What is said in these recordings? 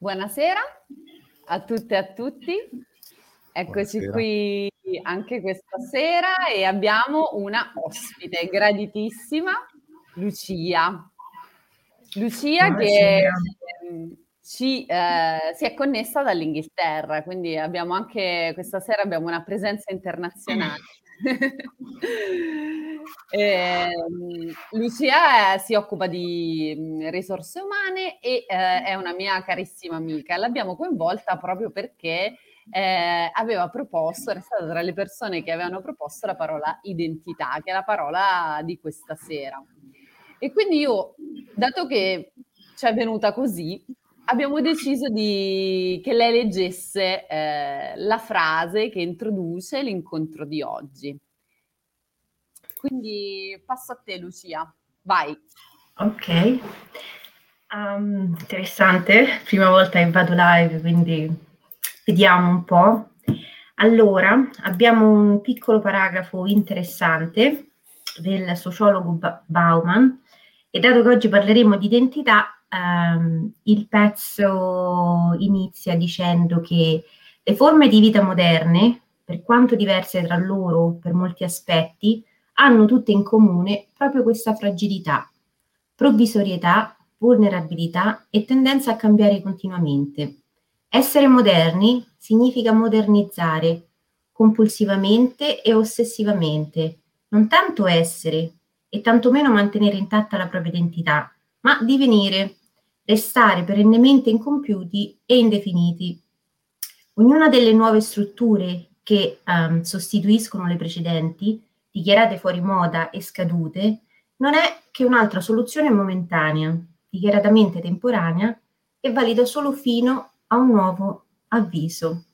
Buonasera a tutte e a tutti. Eccoci Buonasera. qui anche questa sera e abbiamo una ospite graditissima, Lucia. Lucia che Buonasera. si è connessa dall'Inghilterra, quindi abbiamo anche questa sera abbiamo una presenza internazionale. Lucia si occupa di risorse umane e è una mia carissima amica. L'abbiamo coinvolta proprio perché aveva proposto, era stata tra le persone che avevano proposto la parola identità, che è la parola di questa sera. E quindi io, dato che ci è venuta così, abbiamo deciso che lei leggesse la frase che introduce l'incontro di oggi. Quindi passo a te, Lucia. Vai. Ok. Interessante, prima volta che vado live, quindi vediamo un po'. Allora, abbiamo un piccolo paragrafo interessante del sociologo Bauman e dato che oggi parleremo di identità, il pezzo inizia dicendo che le forme di vita moderne, per quanto diverse tra loro per molti aspetti, hanno tutte in comune proprio questa fragilità, provvisorietà, vulnerabilità e tendenza a cambiare continuamente. Essere moderni significa modernizzare compulsivamente e ossessivamente, non tanto essere e tantomeno mantenere intatta la propria identità, ma divenire, restare perennemente incompiuti e indefiniti. Ognuna delle nuove strutture che sostituiscono le precedenti, dichiarate fuori moda e scadute, non è che un'altra soluzione momentanea, dichiaratamente temporanea e valida solo fino a un nuovo avviso.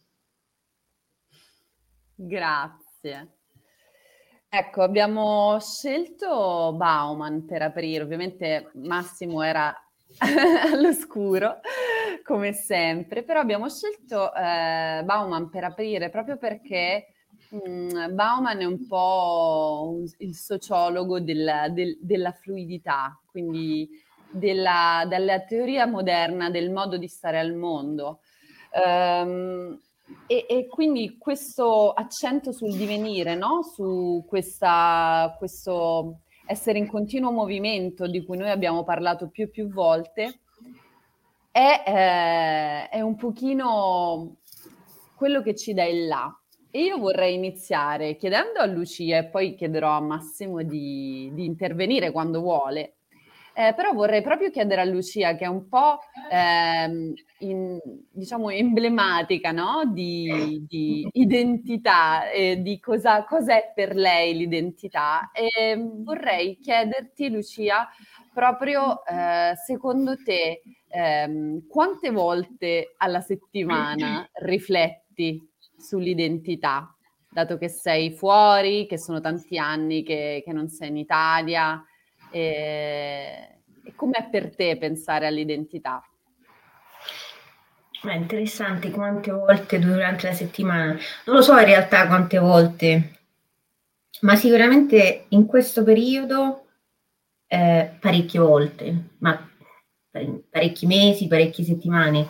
Grazie. Ecco, abbiamo scelto Bauman per aprire, ovviamente Massimo era all'oscuro, come sempre, però abbiamo scelto Bauman per aprire proprio perché Bauman è un po' il sociologo della fluidità, quindi della teoria moderna del modo di stare al mondo. E quindi questo accento sul divenire, no? Su questo essere in continuo movimento di cui noi abbiamo parlato più e più volte, è un pochino quello che ci dà il là. E io vorrei iniziare chiedendo a Lucia e poi chiederò a Massimo di intervenire quando vuole. Però vorrei proprio chiedere a Lucia, che è un po' diciamo emblematica, no? di identità, di cos'è per lei l'identità. E vorrei chiederti, Lucia, proprio secondo te quante volte alla settimana rifletti sull'identità, dato che sei fuori, che sono tanti anni che non sei in Italia? E com'è per te pensare all'identità? È interessante quante volte durante la settimana. Non lo so in realtà quante volte, ma sicuramente in questo periodo parecchie volte, ma parecchi mesi, parecchie settimane.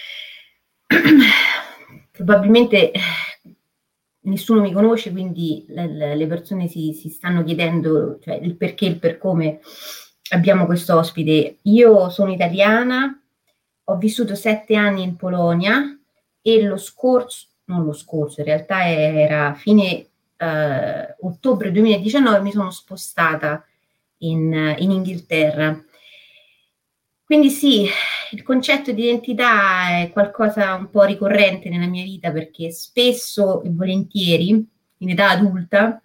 Probabilmente nessuno mi conosce, quindi le persone si stanno chiedendo, cioè, il perché, il per come abbiamo questo ospite. Io sono italiana, ho vissuto 7 anni in Polonia e in realtà era fine ottobre 2019 mi sono spostata in Inghilterra. Quindi sì, il concetto di identità è qualcosa un po' ricorrente nella mia vita perché spesso e volentieri, in età adulta,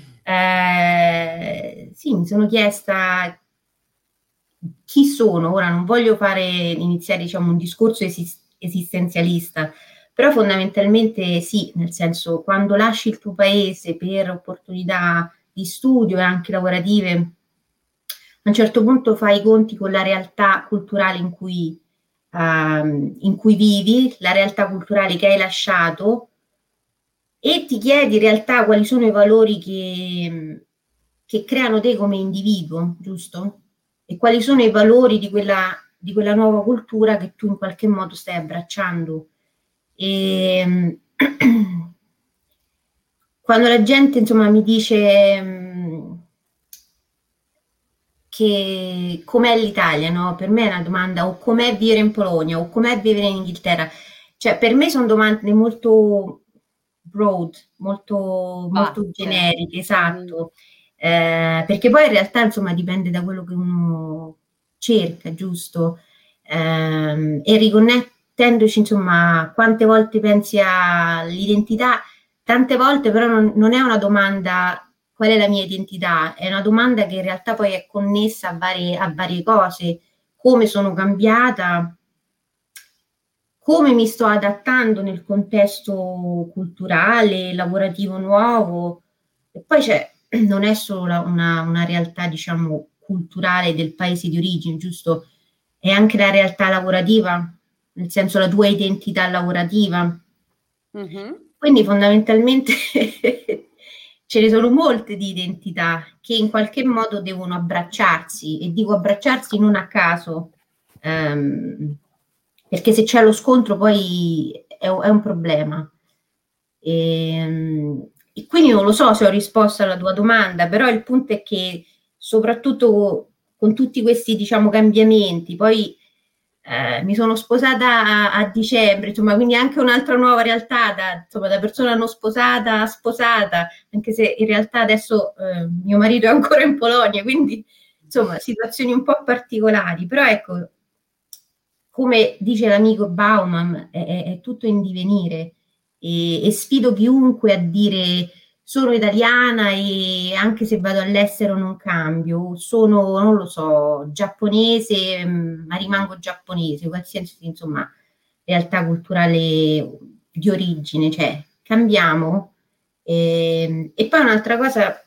sì, mi sono chiesta chi sono. Ora non voglio iniziare diciamo, un discorso esistenzialista, però fondamentalmente sì, nel senso quando lasci il tuo paese per opportunità di studio e anche lavorative, a un certo punto fai i conti con la realtà culturale in cui vivi, la realtà culturale che hai lasciato e ti chiedi in realtà quali sono i valori che creano te come individuo, giusto? E quali sono i valori di quella di quella nuova cultura che tu in qualche modo stai abbracciando. E quando la gente, insomma, mi dice che com'è l'Italia, no? Per me è una domanda, o com'è vivere in Polonia, o com'è vivere in Inghilterra. Cioè, per me sono domande molto broad, molto generiche, esatto. Perché poi in realtà, insomma, dipende da quello che uno cerca, giusto? E riconnettendoci, insomma, quante volte pensi all'identità, tante volte però non è una domanda qual è la mia identità, è una domanda che in realtà poi è connessa a varie cose, come sono cambiata, come mi sto adattando nel contesto culturale, lavorativo nuovo, e poi non è solo una realtà, diciamo, culturale del paese di origine, giusto? È anche la realtà lavorativa, nel senso la tua identità lavorativa. Mm-hmm. Quindi fondamentalmente ce ne sono molte di identità che in qualche modo devono abbracciarsi, e dico abbracciarsi non a caso, perché se c'è lo scontro poi è un problema. E quindi non lo so se ho risposto alla tua domanda, però il punto è che soprattutto con tutti questi, diciamo, cambiamenti, poi mi sono sposata a dicembre, insomma, quindi anche un'altra nuova realtà, insomma, da persona non sposata a sposata, anche se in realtà adesso mio marito è ancora in Polonia, quindi insomma situazioni un po' particolari, però ecco, come dice l'amico Bauman, è tutto in divenire, e sfido chiunque a dire sono italiana e anche se vado all'estero non cambio, sono, non lo so, giapponese, ma rimango giapponese, qualsiasi, insomma, realtà culturale di origine, cioè cambiamo. E poi un'altra cosa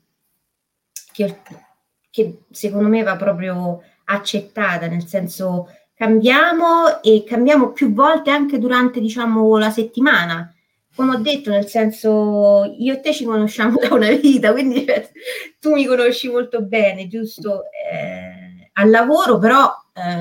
che secondo me va proprio accettata, nel senso cambiamo e cambiamo più volte anche durante, diciamo, la settimana. Come ho detto, nel senso, io e te ci conosciamo da una vita, quindi tu mi conosci molto bene, giusto? Al lavoro, però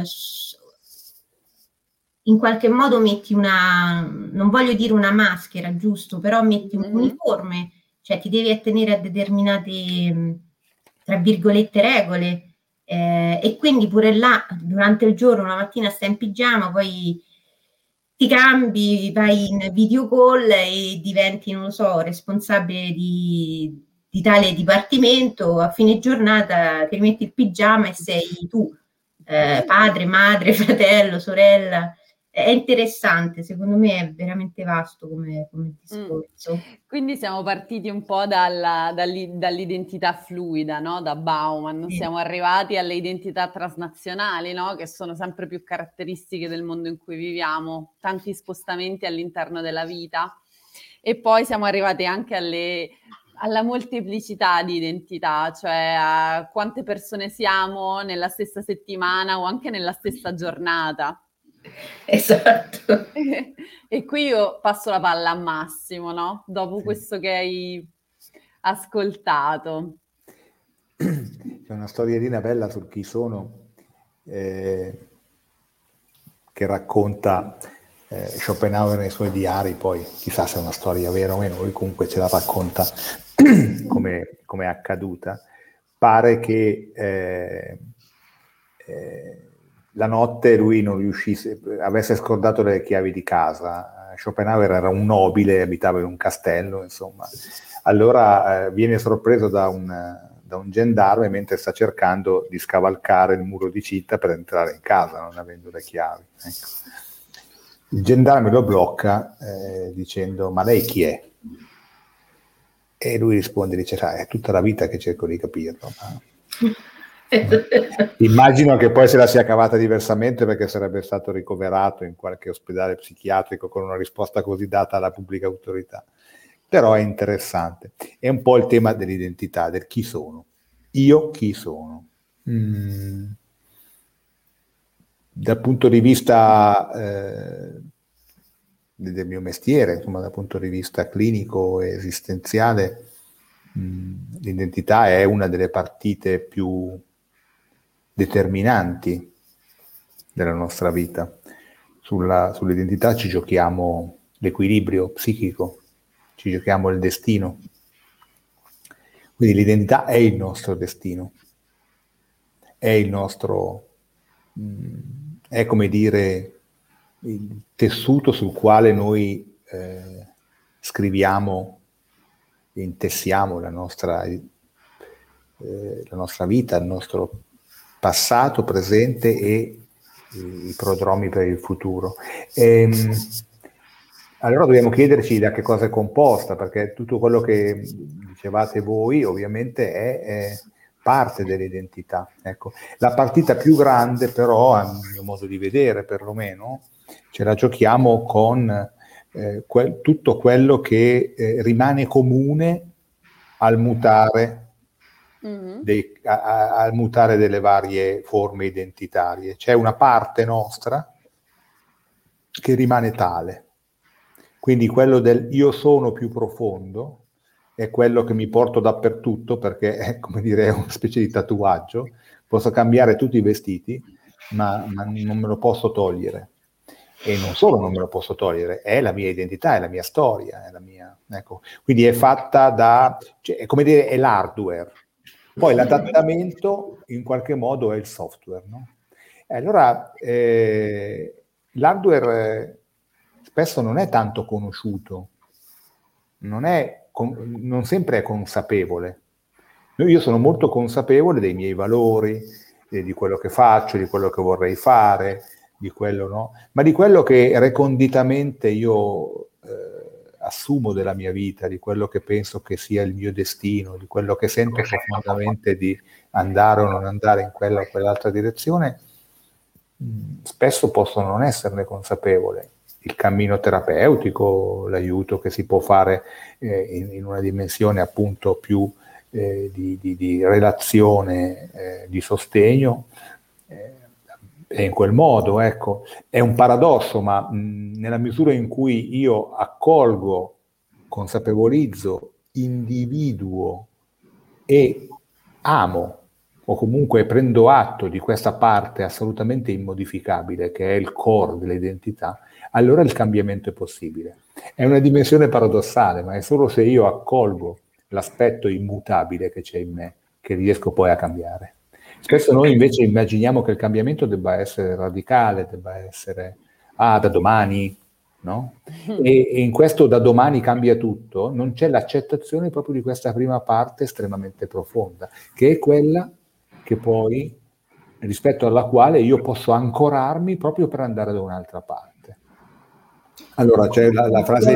in qualche modo metti non voglio dire una maschera, giusto? Però metti un uniforme, cioè ti devi attenere a determinate, tra virgolette, regole. E quindi pure là, durante il giorno, una mattina stai in pigiama, poi ti cambi, vai in video call e diventi, non lo so, responsabile di tale dipartimento, a fine giornata ti rimetti il pigiama e sei tu, padre, madre, fratello, sorella. È interessante, secondo me è veramente vasto come discorso. Quindi siamo partiti un po' dall'identità fluida, no? Da Bauman, Sì. Siamo arrivati alle identità transnazionali, no? Che sono sempre più caratteristiche del mondo in cui viviamo, tanti spostamenti all'interno della vita, e poi siamo arrivati anche alla molteplicità di identità, cioè a quante persone siamo nella stessa settimana o anche nella stessa giornata. Esatto. E qui io passo la palla a Massimo, no? Dopo questo che hai ascoltato. C'è una storiellina bella sul chi sono, che racconta Schopenhauer nei suoi diari, poi chissà se è una storia vera o meno, lui comunque ce la racconta come è accaduta. Pare che la notte lui non riuscisse, avesse scordato le chiavi di casa. Schopenhauer era un nobile, abitava in un castello, insomma. Allora viene sorpreso da un gendarme mentre sta cercando di scavalcare il muro di cinta per entrare in casa, non avendo le chiavi. Ecco. Il gendarme lo blocca dicendo: ma lei chi è? E lui risponde, dice: è tutta la vita che cerco di capirlo. Immagino che poi se la sia cavata diversamente, perché sarebbe stato ricoverato in qualche ospedale psichiatrico con una risposta così data alla pubblica autorità. Però è interessante. È un po' il tema dell'identità, del chi sono. Io chi sono? Dal punto di vista del mio mestiere, insomma, dal punto di vista clinico e esistenziale, l'identità è una delle partite più determinanti della nostra vita. Sull'identità ci giochiamo l'equilibrio psichico, ci giochiamo il destino. Quindi l'identità è il nostro destino, è il nostro, è come dire, il tessuto sul quale noi scriviamo, intessiamo la nostra vita, il nostro passato, presente e i prodromi per il futuro. Allora dobbiamo chiederci da che cosa è composta, perché tutto quello che dicevate voi ovviamente è parte dell'identità. Ecco. La partita più grande però, a mio modo di vedere perlomeno, ce la giochiamo con tutto quello che rimane comune al mutare, al mutare delle varie forme identitarie. C'è una parte nostra che rimane tale. Quindi quello del io sono più profondo è quello che mi porto dappertutto, perché è come dire, è una specie di tatuaggio. Posso cambiare tutti i vestiti, ma non me lo posso togliere. E non solo non me lo posso togliere, è la mia identità, è la mia storia, è la mia, ecco. Quindi è fatta cioè, è come dire, è l'hardware. Poi l'adattamento in qualche modo è il software, no? E allora l'hardware spesso non è tanto conosciuto, non sempre è consapevole. Io sono molto consapevole dei miei valori, di quello che faccio, di quello che vorrei fare, di quello no, ma di quello che reconditamente io assumo della mia vita, di quello che penso che sia il mio destino, di quello che sento profondamente di andare o non andare in quella o quell'altra direzione, spesso posso non esserne consapevole. Il cammino terapeutico, l'aiuto che si può fare in una dimensione appunto più di relazione, di sostegno, è in quel modo, ecco. È un paradosso, ma nella misura in cui io accolgo, consapevolizzo, individuo e amo, o comunque prendo atto di questa parte assolutamente immodificabile, che è il core dell'identità, allora il cambiamento è possibile. È una dimensione paradossale, ma è solo se io accolgo l'aspetto immutabile che c'è in me che riesco poi a cambiare. Spesso noi invece immaginiamo che il cambiamento debba essere radicale, debba essere da domani, no? E in questo da domani cambia tutto, non c'è l'accettazione proprio di questa prima parte estremamente profonda, che è quella che poi, rispetto alla quale io posso ancorarmi proprio per andare da un'altra parte. Allora c'è la frase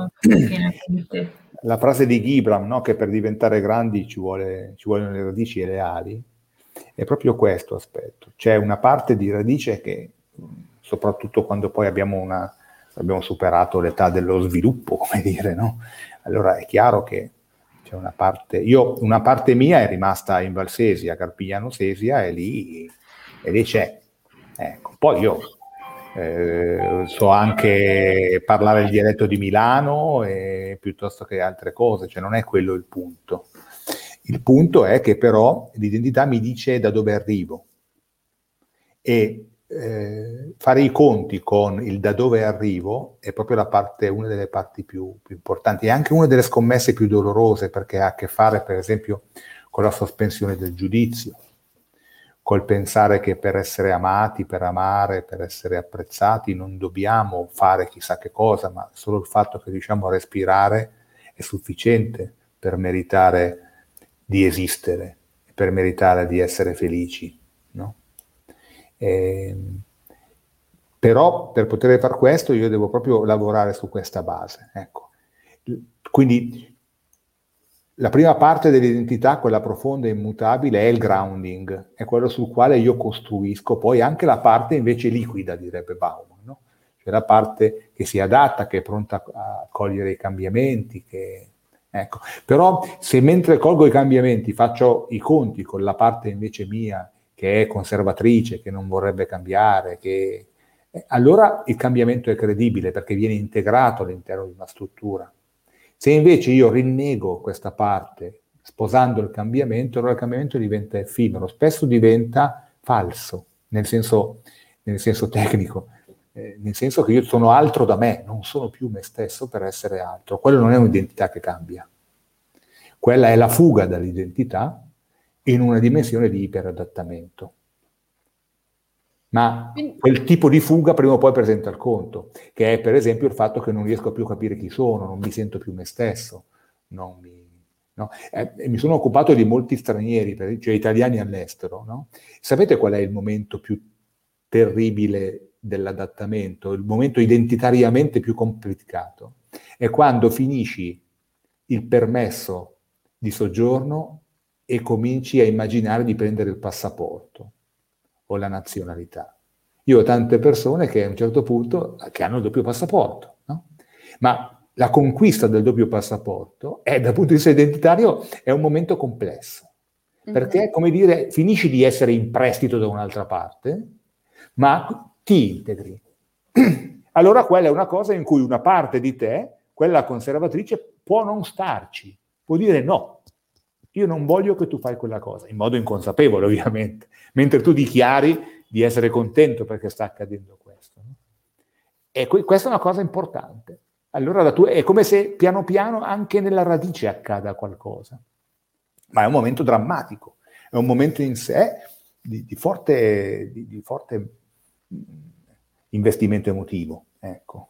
di Gibran, no? Che per diventare grandi ci vogliono le radici e le ali. È proprio questo aspetto. C'è una parte di radice che, soprattutto quando poi abbiamo superato l'età dello sviluppo, come dire, no? Allora è chiaro che c'è una parte mia è rimasta in Valsesia, Carpignano Sesia, e lì c'è. Ecco. Poi io so anche parlare il dialetto di Milano piuttosto che altre cose, cioè non è quello il punto. Il punto è che però l'identità mi dice da dove arrivo e fare i conti con il da dove arrivo è proprio una delle parti più importanti e anche una delle scommesse più dolorose, perché ha a che fare per esempio con la sospensione del giudizio, col pensare che per essere amati, per amare, per essere apprezzati non dobbiamo fare chissà che cosa, ma solo il fatto che riusciamo a respirare è sufficiente per meritare di esistere, per meritare di essere felici, no? Però per poter far questo io devo proprio lavorare su questa base, ecco. Quindi la prima parte dell'identità, quella profonda e immutabile, è il grounding, è quello sul quale io costruisco poi anche la parte invece liquida, direbbe Bauman, no? Cioè la parte che si adatta, che è pronta a cogliere i cambiamenti, ecco. Però se mentre colgo i cambiamenti faccio i conti con la parte invece mia che è conservatrice, che non vorrebbe cambiare, allora il cambiamento è credibile perché viene integrato all'interno di una struttura. Se invece io rinnego questa parte sposando il cambiamento, allora il cambiamento diventa effimero, spesso diventa falso, nel senso nel senso tecnico, nel senso che io sono altro da me, non sono più me stesso per essere altro. Quello non è un'identità che cambia. Quella è la fuga dall'identità in una dimensione di iperadattamento. Ma quel tipo di fuga prima o poi presenta il conto, che è per esempio il fatto che non riesco più a capire chi sono, non mi sento più me stesso, mi sono occupato di molti stranieri, cioè italiani all'estero, no? Sapete qual è il momento più terribile dell'adattamento, il momento identitariamente più complicato? È quando finisci il permesso di soggiorno e cominci a immaginare di prendere il passaporto o la nazionalità. Io ho tante persone che a un certo punto che hanno il doppio passaporto, no? Ma la conquista del doppio passaporto dal punto di vista identitario è un momento complesso, perché è come dire, finisci di essere in prestito da un'altra parte, ma ti integri. Allora quella è una cosa in cui una parte di te, quella conservatrice, può non starci, può dire no, io non voglio che tu fai quella cosa, in modo inconsapevole ovviamente, mentre tu dichiari di essere contento perché sta accadendo questo. No? E questa è una cosa importante. Allora è come se piano piano anche nella radice accada qualcosa. Ma è un momento drammatico, è un momento in sé di forte investimento emotivo. Ecco.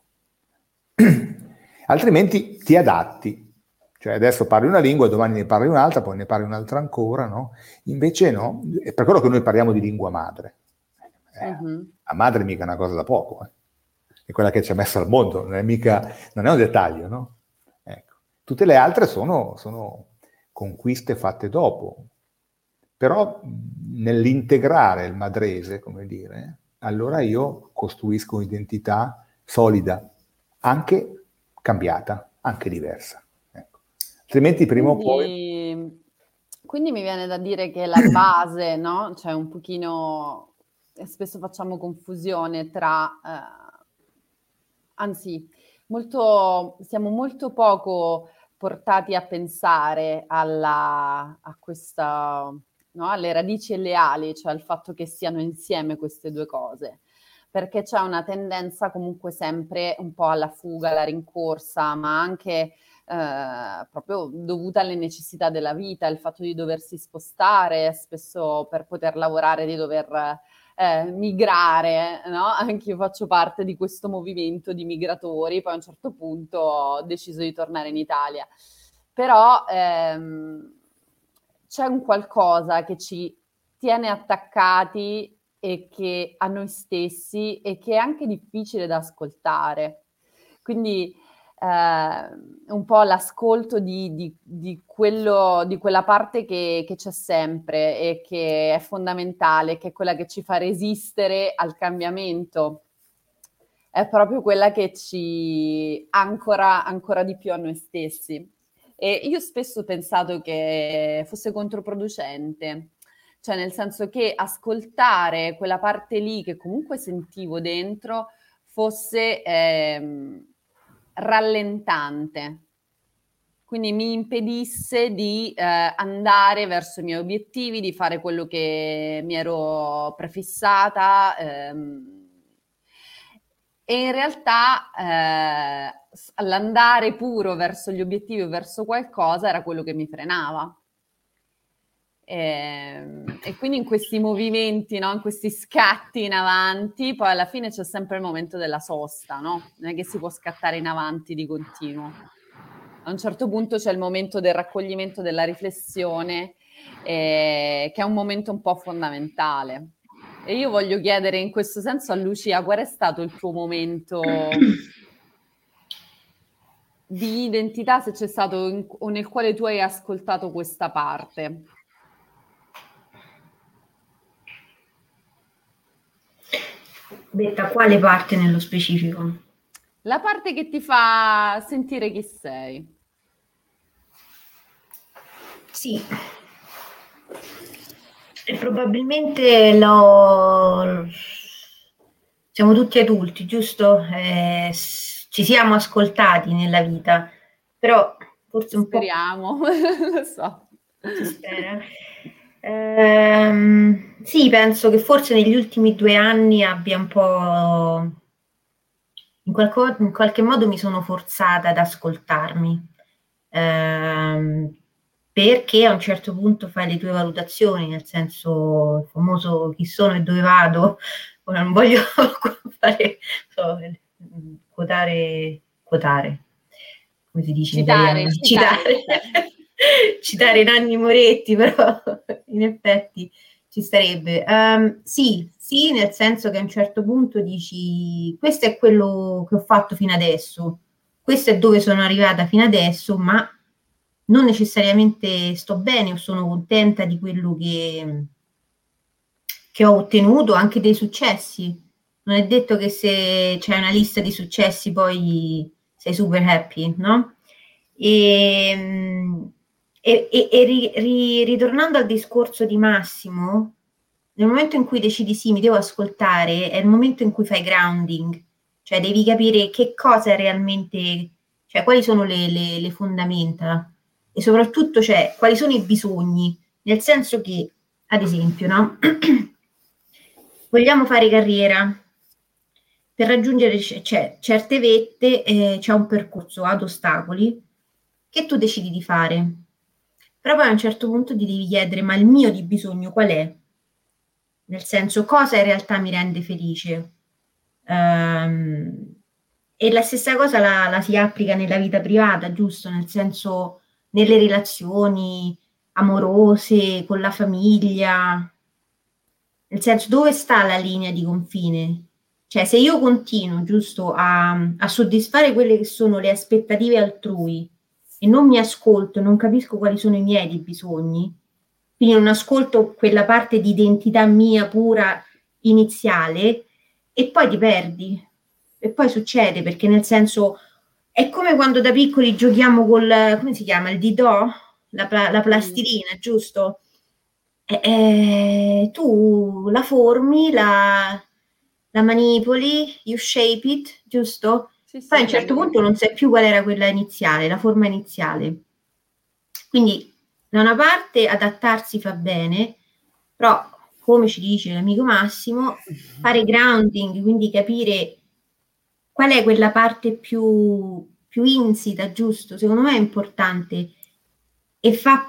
Altrimenti ti adatti. Cioè adesso parli una lingua, domani ne parli un'altra, poi ne parli un'altra ancora, no? Invece no, è per quello che noi parliamo di lingua madre. La madre mica è una cosa da poco, è quella che ci ha messo al mondo, non è un dettaglio, no? Ecco. Tutte le altre sono conquiste fatte dopo. Però nell'integrare il madrese, come dire, allora io costruisco un'identità solida, anche cambiata, anche diversa. Ecco. Altrimenti prima o poi... Quindi mi viene da dire che la base, no? Cioè un pochino... Spesso facciamo confusione tra... anzi, siamo molto poco portati a pensare a questa... No? Alle radici e le ali, cioè al fatto che siano insieme queste due cose, perché c'è una tendenza comunque sempre un po' alla fuga, alla rincorsa, ma anche proprio dovuta alle necessità della vita, il fatto di doversi spostare, spesso per poter lavorare, di dover migrare, no? Anche io faccio parte di questo movimento di migratori, poi a un certo punto ho deciso di tornare in Italia. Però c'è un qualcosa che ci tiene attaccati e che a noi stessi e che è anche difficile da ascoltare. Quindi un po' l'ascolto di quella parte che c'è sempre e che è fondamentale, che è quella che ci fa resistere al cambiamento. È proprio quella che ci ancora ancora di più a noi stessi. E io spesso ho pensato che fosse controproducente, cioè nel senso che ascoltare quella parte lì che comunque sentivo dentro fosse rallentante, quindi mi impedisse di andare verso i miei obiettivi, di fare quello che mi ero prefissata. E in realtà l'andare puro verso gli obiettivi o verso qualcosa era quello che mi frenava. E quindi in questi movimenti, no? In questi scatti in avanti, poi alla fine c'è sempre il momento della sosta, no? Non è che si può scattare in avanti di continuo. A un certo punto c'è il momento del raccoglimento, della riflessione, che è un momento un po' fondamentale. E io voglio chiedere in questo senso a Lucia, qual è stato il tuo momento di identità, se c'è stato o nel quale tu hai ascoltato questa parte? Detta quale parte nello specifico? La parte che ti fa sentire chi sei. Sì. E probabilmente siamo tutti adulti, giusto? Ci siamo ascoltati nella vita, però forse un po'... Speriamo, lo so. Si spera. Sì, penso che forse negli ultimi 2 anni abbia un po'... in qualche modo mi sono forzata ad ascoltarmi, perché a un certo punto fai le tue valutazioni, nel senso il famoso chi sono e dove vado. Ora non voglio fare, quotare, come si dice in italiano? Citare Nanni Moretti, però in effetti ci starebbe. Sì, nel senso che a un certo punto dici questo è quello che ho fatto fino adesso, questo è dove sono arrivata fino adesso, ma non necessariamente sto bene o sono contenta di quello che ho ottenuto, anche dei successi. Non è detto che se c'è una lista di successi poi sei super happy, no? Ritornando al discorso di Massimo, nel momento in cui decidi sì, mi devo ascoltare, è il momento in cui fai grounding, cioè devi capire che cosa è realmente, cioè quali sono le fondamenta e soprattutto cioè, quali sono i bisogni, nel senso che, ad esempio, no? Vogliamo fare carriera. Per raggiungere certe vette c'è un percorso ad ostacoli che tu decidi di fare. Però poi a un certo punto ti devi chiedere, ma il mio di bisogno qual è? Nel senso, cosa in realtà mi rende felice? E la stessa cosa la si applica nella vita privata, giusto? Nel senso, nelle relazioni amorose, con la famiglia. Nel senso, dove sta la linea di confine? Cioè, se io continuo, giusto, a soddisfare quelle che sono le aspettative altrui e non mi ascolto, non capisco quali sono i miei bisogni, quindi non ascolto quella parte di identità mia pura iniziale, e poi ti perdi. E poi succede, perché nel senso, è come quando da piccoli giochiamo come si chiama, il didò? La plastilina, giusto? Tu la formi, la manipoli, you shape it, giusto? Sì, Poi a sì, un certo punto non sai più qual era quella iniziale, la forma iniziale. Quindi da una parte adattarsi fa bene, però come ci dice l'amico Massimo, fare grounding, quindi capire qual è quella parte più insita, giusto? Secondo me è importante e fa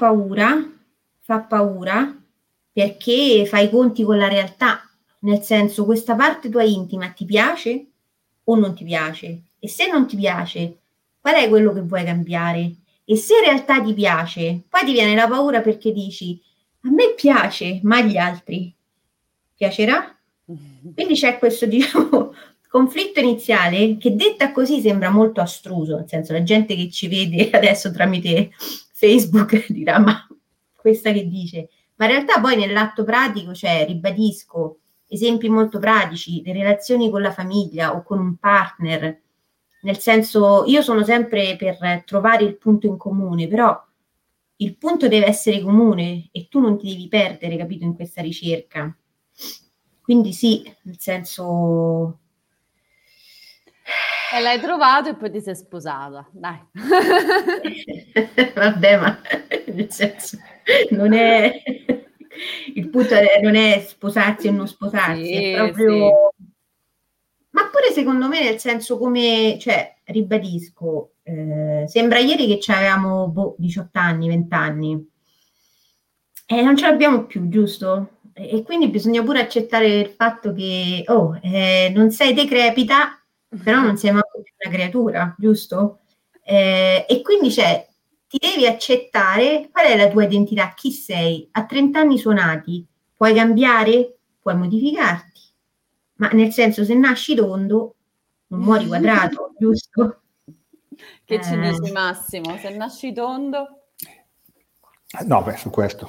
paura perché fai i conti con la realtà, nel senso questa parte tua intima ti piace o non ti piace? E se non ti piace, qual è quello che vuoi cambiare? E se in realtà ti piace, poi ti viene la paura perché dici a me piace, ma agli altri piacerà? Quindi c'è questo, diciamo, conflitto iniziale che detta così sembra molto astruso, nel senso la gente che ci vede adesso tramite Facebook dirà ma questa che dice? Ma in realtà poi nell'atto pratico, cioè ribadisco, esempi molto pratici, le relazioni con la famiglia o con un partner, nel senso io sono sempre per trovare il punto in comune, però il punto deve essere comune e tu non ti devi perdere, capito, in questa ricerca. Quindi sì, nel senso... E l'hai trovato e poi ti sei sposata, dai. Vabbè, ma nel senso, non è... Il punto non è sposarsi o non sposarsi, Sì, è proprio... sì. Ma pure secondo me, nel senso come, cioè, ribadisco, sembra ieri che avevamo 18 anni, 20 anni, e non ce l'abbiamo più, giusto? E quindi bisogna pure accettare il fatto che, non sei decrepita, però non sei manco più una creatura, giusto? E quindi, cioè, ti devi accettare qual è la tua identità, chi sei. A 30 anni suonati, puoi cambiare, puoi modificarti. Ma nel senso, se nasci tondo, non muori quadrato, giusto? Che ci dici Massimo? Se nasci tondo? No, beh, su questo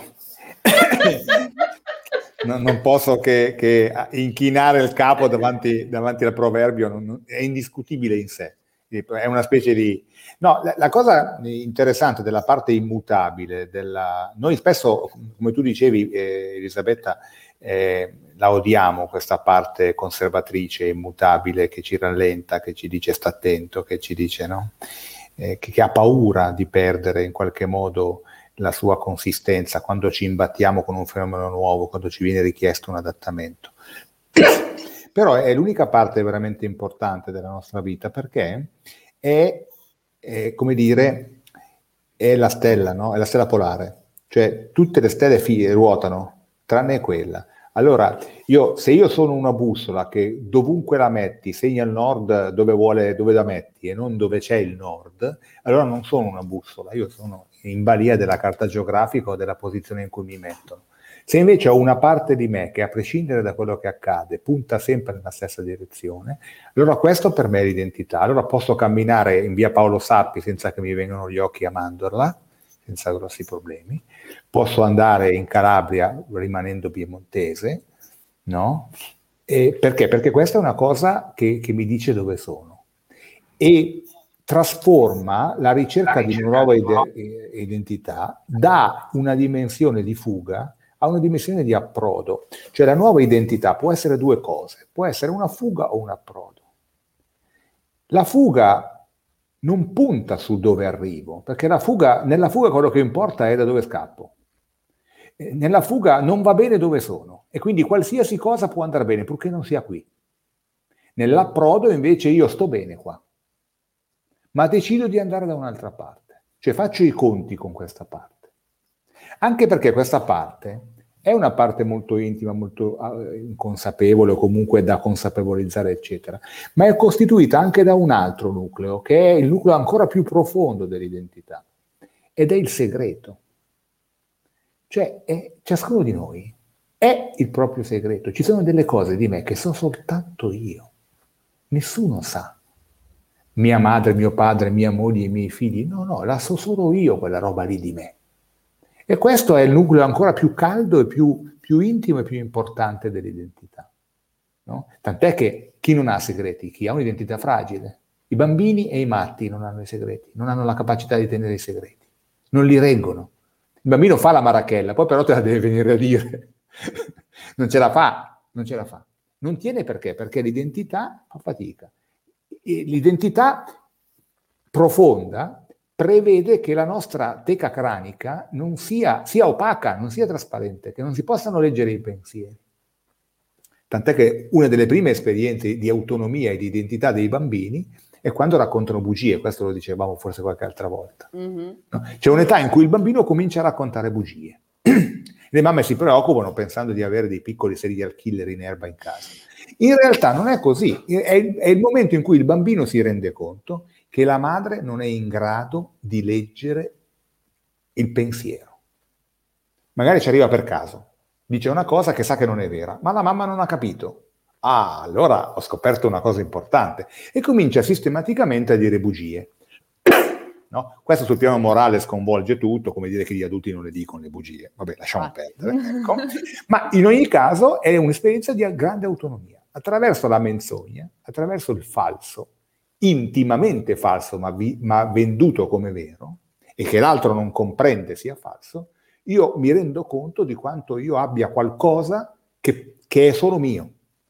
non posso che inchinare il capo davanti al proverbio, è indiscutibile in sé. È una specie di... No, la cosa interessante della parte immutabile, noi spesso, come tu dicevi, Elisabetta, la odiamo questa parte conservatrice, immutabile, che ci rallenta, che ci dice sta attento, che ci dice no, che ha paura di perdere in qualche modo la sua consistenza, quando ci imbattiamo con un fenomeno nuovo, quando ci viene richiesto un adattamento. Però è l'unica parte veramente importante della nostra vita, perché è come dire, è la stella, no? È la stella polare, cioè tutte le stelle ruotano, tranne quella. Allora, se io sono una bussola che dovunque la metti segna il nord dove la metti e non dove c'è il nord, allora non sono una bussola, io sono in balia della carta geografica o della posizione in cui mi mettono. Se invece ho una parte di me che, a prescindere da quello che accade, punta sempre nella stessa direzione, allora questo per me è l'identità. Allora posso camminare in via Paolo Sarpi senza che mi vengano gli occhi a mandorla, senza grossi problemi. Posso andare in Calabria rimanendo piemontese, no? Perché? Perché questa è una cosa che mi dice dove sono. E trasforma la ricerca di una nuova identità da una dimensione di fuga a una dimensione di approdo. Cioè la nuova identità può essere due cose, può essere una fuga o un approdo. La fuga non punta su dove arrivo, perché nella fuga quello che importa è da dove scappo. Nella fuga non va bene dove sono, e quindi qualsiasi cosa può andare bene, purché non sia qui. Nell'approdo invece io sto bene qua, ma decido di andare da un'altra parte, cioè faccio i conti con questa parte. Anche perché questa parte è una parte molto intima, molto inconsapevole, o comunque da consapevolizzare, eccetera, ma è costituita anche da un altro nucleo, che è il nucleo ancora più profondo dell'identità, ed è il segreto. Cioè, ciascuno di noi è il proprio segreto. Ci sono delle cose di me che so soltanto io. Nessuno sa. Mia madre, mio padre, mia moglie, i miei figli. No, la so solo io, quella roba lì di me. E questo è il nucleo ancora più caldo e più intimo e più importante dell'identità. No? Tant'è che chi non ha segreti? Chi ha un'identità fragile. I bambini e i matti non hanno i segreti, non hanno la capacità di tenere i segreti. Non li reggono. Il bambino fa la marachella, poi però te la deve venire a dire. Non ce la fa. Non tiene perché? Perché l'identità fa fatica. E l'identità profonda prevede che la nostra teca cranica non sia opaca, non sia trasparente, che non si possano leggere i pensieri. Tant'è che una delle prime esperienze di autonomia e di identità dei bambini è quando raccontano bugie, questo lo dicevamo forse qualche altra volta. Mm-hmm. No? C'è un'età in cui il bambino comincia a raccontare bugie. Le mamme si preoccupano pensando di avere dei piccoli serial killer in erba in casa. In realtà non è così, è il momento in cui il bambino si rende conto che la madre non è in grado di leggere il pensiero. Magari ci arriva per caso, dice una cosa che sa che non è vera, ma la mamma non ha capito. Ah, allora ho scoperto una cosa importante, e comincia sistematicamente a dire bugie. No? Questo sul piano morale sconvolge tutto, come dire che gli adulti non le dicono le bugie. Vabbè, lasciamo perdere. Ecco. Ma in ogni caso è un'esperienza di grande autonomia. Attraverso la menzogna, attraverso il falso, intimamente falso, ma venduto come vero, e che l'altro non comprende sia falso, io mi rendo conto di quanto io abbia qualcosa che è solo mio.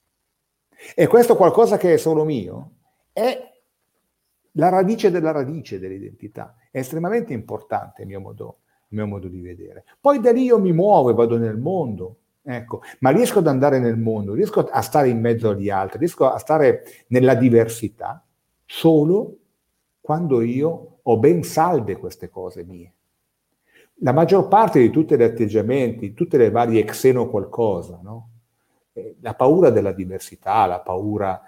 E questo qualcosa che è solo mio è la radice della radice dell'identità. È estremamente importante il mio modo di vedere. Poi da lì io mi muovo e vado nel mondo, ecco, ma riesco ad andare nel mondo, riesco a stare in mezzo agli altri, riesco a stare nella diversità solo quando io ho ben salde queste cose mie. La maggior parte di tutti gli atteggiamenti, tutte le varie xeno qualcosa, no? La paura della diversità, la paura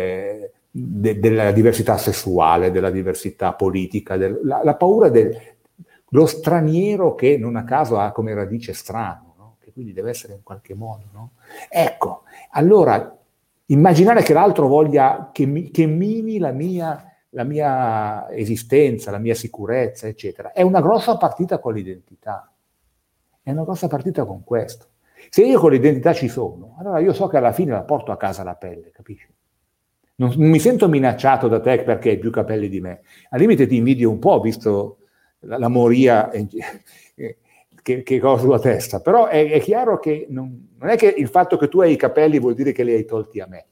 della diversità sessuale, della diversità politica, la paura dello straniero che non a caso ha come radice strano, no? Che quindi deve essere in qualche modo. No? Ecco, allora immaginare che l'altro voglia che mini la mia esistenza, la mia sicurezza, eccetera, è una grossa partita con l'identità, è una grossa partita con questo. Se io con l'identità ci sono, allora io so che alla fine la porto a casa la pelle, capisci? Non mi sento minacciato da te perché hai più capelli di me. Al limite ti invidio un po', visto la moria che ho sulla testa. Però è chiaro che non è che il fatto che tu hai i capelli vuol dire che li hai tolti a me.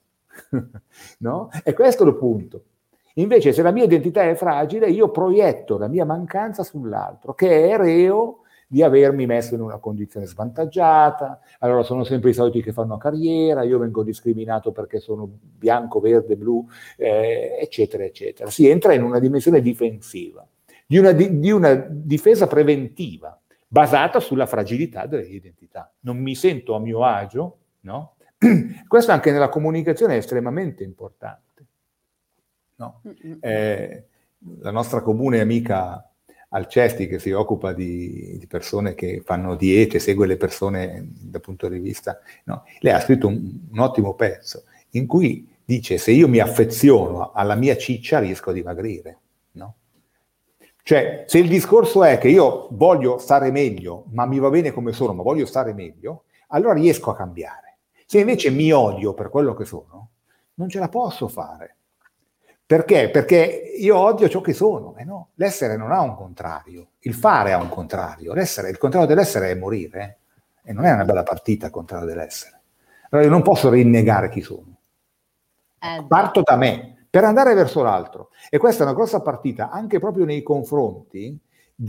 No? E questo è il punto. Invece, se la mia identità è fragile, io proietto la mia mancanza sull'altro, che è reo di avermi messo in una condizione svantaggiata, allora sono sempre i soliti che fanno carriera, io vengo discriminato perché sono bianco, verde, blu, eccetera, eccetera. Si entra in una dimensione difensiva, di una difesa preventiva, basata sulla fragilità delle identità. Non mi sento a mio agio, no? Questo anche nella comunicazione è estremamente importante. No? La nostra comune amica Alcesti, che si occupa di persone che fanno diete, segue le persone dal punto di vista, no? Lei ha scritto un ottimo pezzo in cui dice: se io mi affeziono alla mia ciccia riesco a dimagrire, no? Cioè, se il discorso è che io voglio stare meglio, ma mi va bene come sono, ma voglio stare meglio, allora riesco a cambiare. Se invece mi odio per quello che sono, non ce la posso fare. Perché? Perché io odio ciò che sono, no? L'essere non ha un contrario, il fare ha un contrario. Il contrario dell'essere è morire, e non è una bella partita il contrario dell'essere. Allora io non posso rinnegare chi sono. Parto da me per andare verso l'altro. E questa è una grossa partita anche proprio nei confronti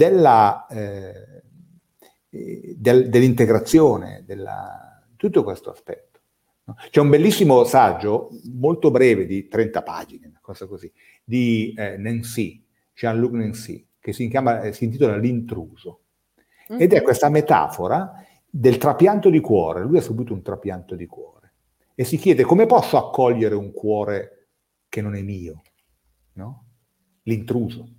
dell'integrazione, tutto questo aspetto. C'è un bellissimo saggio, molto breve, di 30 pagine, una cosa così, di Nancy, Jean-Luc Nancy, che si intitola L'intruso. Ed è questa metafora del trapianto di cuore. Lui ha subito un trapianto di cuore e si chiede: come posso accogliere un cuore che non è mio? No? L'intruso.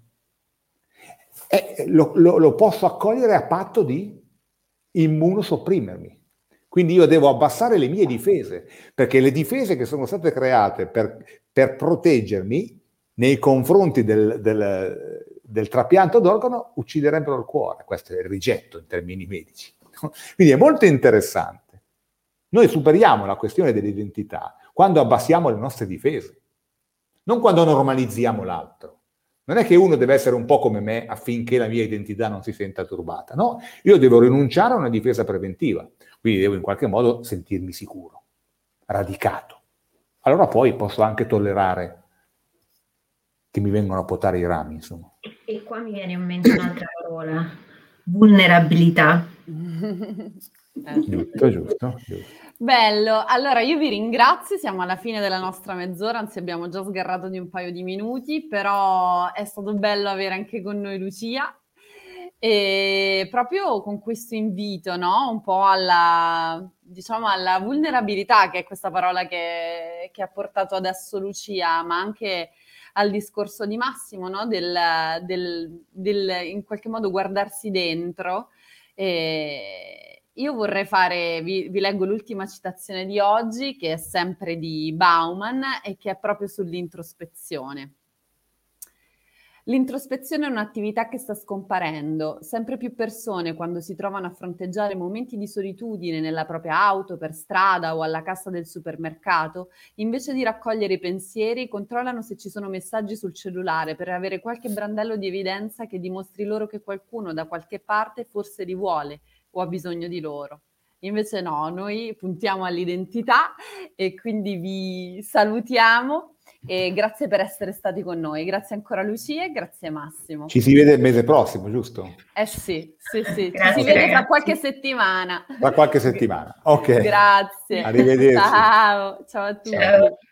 Lo posso accogliere a patto di immunosopprimermi. Quindi io devo abbassare le mie difese, perché le difese che sono state create per proteggermi nei confronti del trapianto d'organo ucciderebbero il cuore. Questo è il rigetto in termini medici. Quindi è molto interessante. Noi superiamo la questione dell'identità quando abbassiamo le nostre difese, non quando normalizziamo l'altro. Non è che uno deve essere un po' come me affinché la mia identità non si senta turbata, no? Io devo rinunciare a una difesa preventiva, quindi devo in qualche modo sentirmi sicuro, radicato. Allora poi posso anche tollerare che mi vengono a potare i rami, insomma. E qua mi viene in mente un'altra parola: vulnerabilità. Giusto. Bello, allora io vi ringrazio, siamo alla fine della nostra mezz'ora, anzi abbiamo già sgarrato di un paio di minuti, però è stato bello avere anche con noi Lucia, e proprio con questo invito, no? Un po' alla vulnerabilità, che è questa parola che ha portato adesso Lucia, ma anche al discorso di Massimo, no? Del in qualche modo guardarsi dentro. Io vorrei vi leggo l'ultima citazione di oggi, che è sempre di Bauman e che è proprio sull'introspezione. L'introspezione è un'attività che sta scomparendo. Sempre più persone, quando si trovano a fronteggiare momenti di solitudine nella propria auto, per strada o alla cassa del supermercato, invece di raccogliere i pensieri, controllano se ci sono messaggi sul cellulare per avere qualche brandello di evidenza che dimostri loro che qualcuno da qualche parte forse li vuole o ha bisogno di loro. Invece no, noi puntiamo all'identità e quindi vi salutiamo e grazie per essere stati con noi. Grazie ancora Lucia e grazie Massimo. Ci si vede il mese prossimo, giusto? Sì. Ci Grazie, si vede ragazzi. tra qualche settimana. Tra qualche settimana. Ok. Grazie. Arrivederci. Ciao a tutti. Ciao.